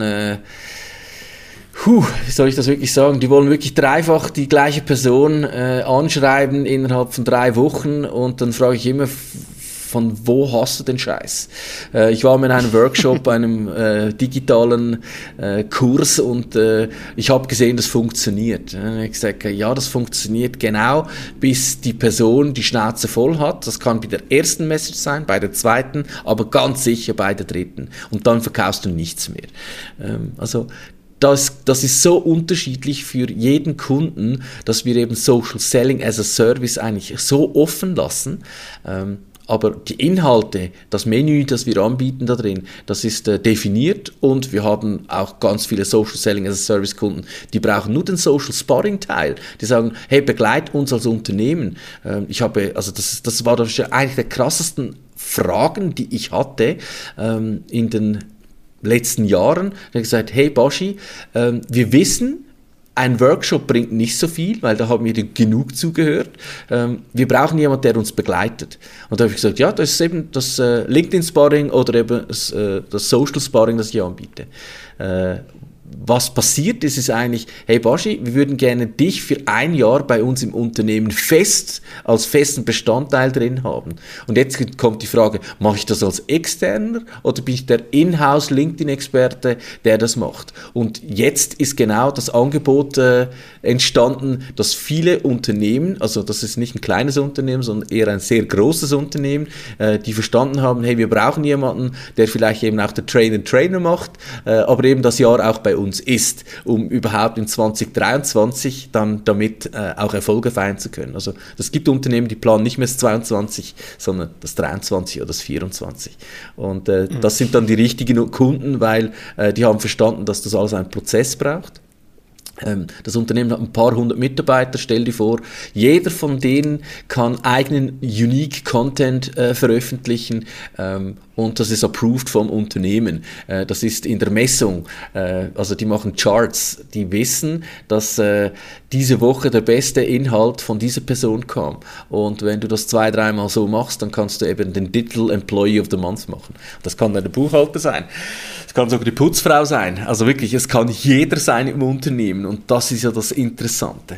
wie soll ich das wirklich sagen, die wollen wirklich dreifach die gleiche Person anschreiben innerhalb von 3 Wochen und dann frage ich immer, von wo hast du den Scheiß? Ich war mit einem Workshop, einem digitalen Kurs und ich habe gesehen, das funktioniert. Ich habe gesagt, ja, das funktioniert genau, bis die Person die Schnauze voll hat. Das kann bei der ersten Message sein, bei der zweiten, aber ganz sicher bei der dritten. Und dann verkaufst du nichts mehr. Also das ist so unterschiedlich für jeden Kunden, dass wir eben Social Selling as a Service eigentlich so offen lassen. Aber die Inhalte, das Menü, das wir anbieten da drin, das ist definiert und wir haben auch ganz viele Social Selling as a Service Kunden, die brauchen nur den Social Sparring Teil. Die sagen, hey, begleit uns als Unternehmen. Das war eigentlich der krassesten Fragen, die ich hatte in den letzten Jahren. Ich habe gesagt, hey Baschi, wir wissen, ein Workshop bringt nicht so viel, weil da haben wir genug zugehört. Wir brauchen jemanden, der uns begleitet. Und da habe ich gesagt, ja, das ist eben das LinkedIn-Sparring oder eben das Social-Sparring, das ich anbiete. Was passiert ist eigentlich, hey Baschi, wir würden gerne dich für 1 Jahr bei uns im Unternehmen als festen Bestandteil drin haben. Und jetzt kommt die Frage, mache ich das als Externer oder bin ich der Inhouse LinkedIn-Experte, der das macht? Und jetzt ist genau das Angebot entstanden, dass viele Unternehmen, also das ist nicht ein kleines Unternehmen, sondern eher ein sehr großes Unternehmen, die verstanden haben, hey, wir brauchen jemanden, der vielleicht eben auch der Trainer macht, aber eben das Jahr auch bei uns ist, um überhaupt in 2023 dann damit auch Erfolge feiern zu können. Also es gibt Unternehmen, die planen nicht mehr das 22, sondern das 23 oder das 24. Und das sind dann die richtigen Kunden, weil die haben verstanden, dass das alles einen Prozess braucht. Das Unternehmen hat ein paar 100 Mitarbeiter, stell dir vor, jeder von denen kann eigenen Unique Content veröffentlichen und das ist approved vom Unternehmen. Das ist in der Messung, also die machen Charts, die wissen, dass diese Woche der beste Inhalt von dieser Person kam. Und wenn du das 2-3 Mal so machst, dann kannst du eben den Digital Employee of the Month machen. Das kann dann der Buchhalter sein, es kann sogar die Putzfrau sein. Also wirklich, es kann jeder sein im Unternehmen und das ist ja das Interessante.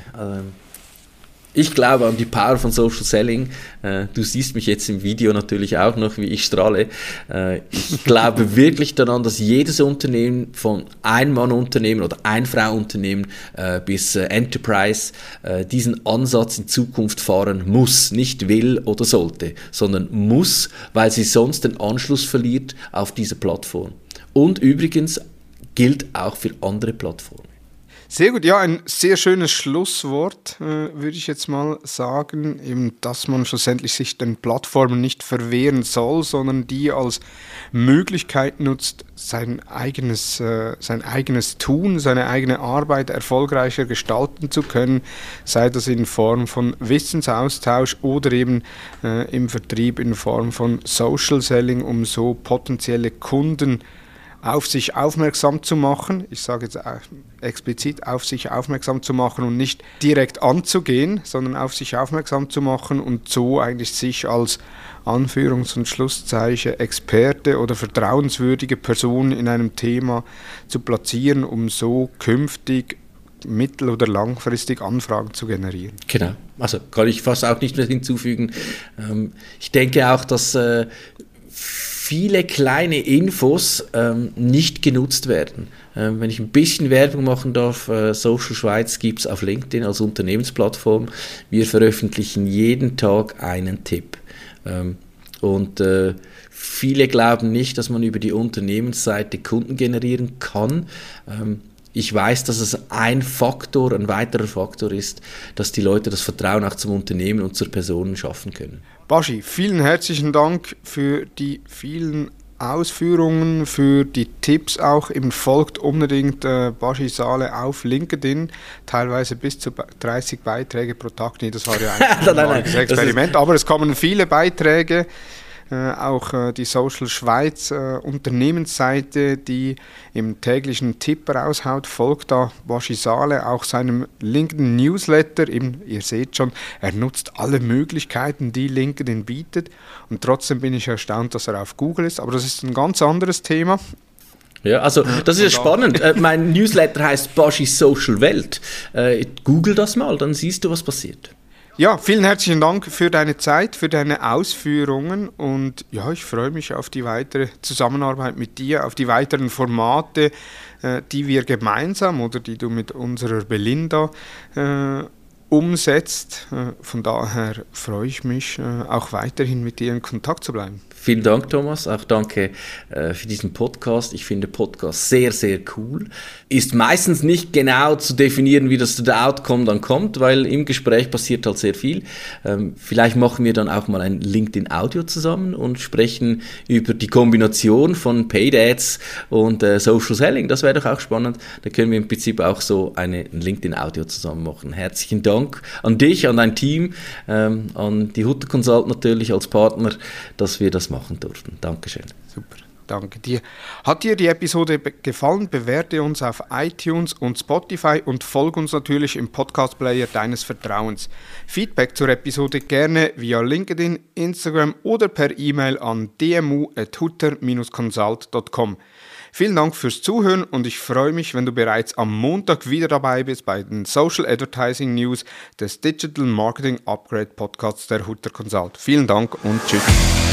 Ich glaube an die Power von Social Selling. Du siehst mich jetzt im Video natürlich auch noch, wie ich strahle. Ich glaube wirklich daran, dass jedes Unternehmen, von Ein-Mann-Unternehmen oder Ein-Frau-Unternehmen bis Enterprise, diesen Ansatz in Zukunft fahren muss. Nicht will oder sollte, sondern muss, weil sie sonst den Anschluss verliert auf diese Plattform. Und übrigens gilt auch für andere Plattformen. Sehr gut, ja, ein sehr schönes Schlusswort, würde ich jetzt mal sagen, eben, dass man schlussendlich sich den Plattformen nicht verwehren soll, sondern die als Möglichkeit nutzt, sein eigenes Tun, seine eigene Arbeit erfolgreicher gestalten zu können, sei das in Form von Wissensaustausch oder eben im Vertrieb in Form von Social Selling, um so potenzielle Kunden auf sich aufmerksam zu machen, ich sage jetzt explizit auf sich aufmerksam zu machen und nicht direkt anzugehen, sondern auf sich aufmerksam zu machen und so eigentlich sich als Anführungs- und Schlusszeichen Experte oder vertrauenswürdige Person in einem Thema zu platzieren, um so künftig mittel- oder langfristig Anfragen zu generieren. Genau, also kann ich fast auch nicht mehr hinzufügen. Ich denke auch, dass viele kleine Infos nicht genutzt werden. Wenn ich ein bisschen Werbung machen darf, Social Schweiz gibt es auf LinkedIn als Unternehmensplattform. Wir veröffentlichen jeden Tag einen Tipp. Und viele glauben nicht, dass man über die Unternehmensseite Kunden generieren kann. Ich weiß, dass es ein weiterer Faktor ist, dass die Leute das Vertrauen auch zum Unternehmen und zur Person schaffen können. Baschi, vielen herzlichen Dank für die vielen Ausführungen, für die Tipps auch. Eben folgt unbedingt Baschi Saale auf LinkedIn, teilweise bis zu 30 Beiträge pro Tag. Nee, das war ja ein Experiment, aber es kommen viele Beiträge. Auch die Social Schweiz Unternehmensseite, die im täglichen Tipp raushaut, folgt da Baschi Saale, auch seinem LinkedIn Newsletter. Eben, ihr seht schon, er nutzt alle Möglichkeiten, die LinkedIn bietet, und trotzdem bin ich erstaunt, dass er auf Google ist, aber das ist ein ganz anderes Thema. Ja, also das ist ja spannend. Mein Newsletter heißt Baschi Social Welt. Google das mal, dann siehst du, was passiert. Ja, vielen herzlichen Dank für deine Zeit, für deine Ausführungen, und ja, ich freue mich auf die weitere Zusammenarbeit mit dir, auf die weiteren Formate, die wir gemeinsam oder die du mit unserer Belinda umsetzt. Von daher freue ich mich, auch weiterhin mit dir in Kontakt zu bleiben. Vielen Dank, Thomas. Auch danke für diesen Podcast. Ich finde Podcast sehr, sehr cool. Ist meistens nicht genau zu definieren, wie das der Outcome dann kommt, weil im Gespräch passiert halt sehr viel. Vielleicht machen wir dann auch mal ein LinkedIn-Audio zusammen und sprechen über die Kombination von Paid Ads und Social Selling. Das wäre doch auch spannend. Da können wir im Prinzip auch so ein LinkedIn-Audio zusammen machen. Herzlichen Dank an dich, an dein Team, an die Hutter Consult natürlich als Partner, dass wir das machen durften. Dankeschön. Super, danke dir. Hat dir die Episode gefallen? Bewerte uns auf iTunes und Spotify und folge uns natürlich im Podcast-Player deines Vertrauens. Feedback zur Episode gerne via LinkedIn, Instagram oder per E-Mail an dmu@hutter-consult.com. Vielen Dank fürs Zuhören, und ich freue mich, wenn du bereits am Montag wieder dabei bist bei den Social Advertising News des Digital Marketing Upgrade Podcasts der Hutter Consult. Vielen Dank und tschüss.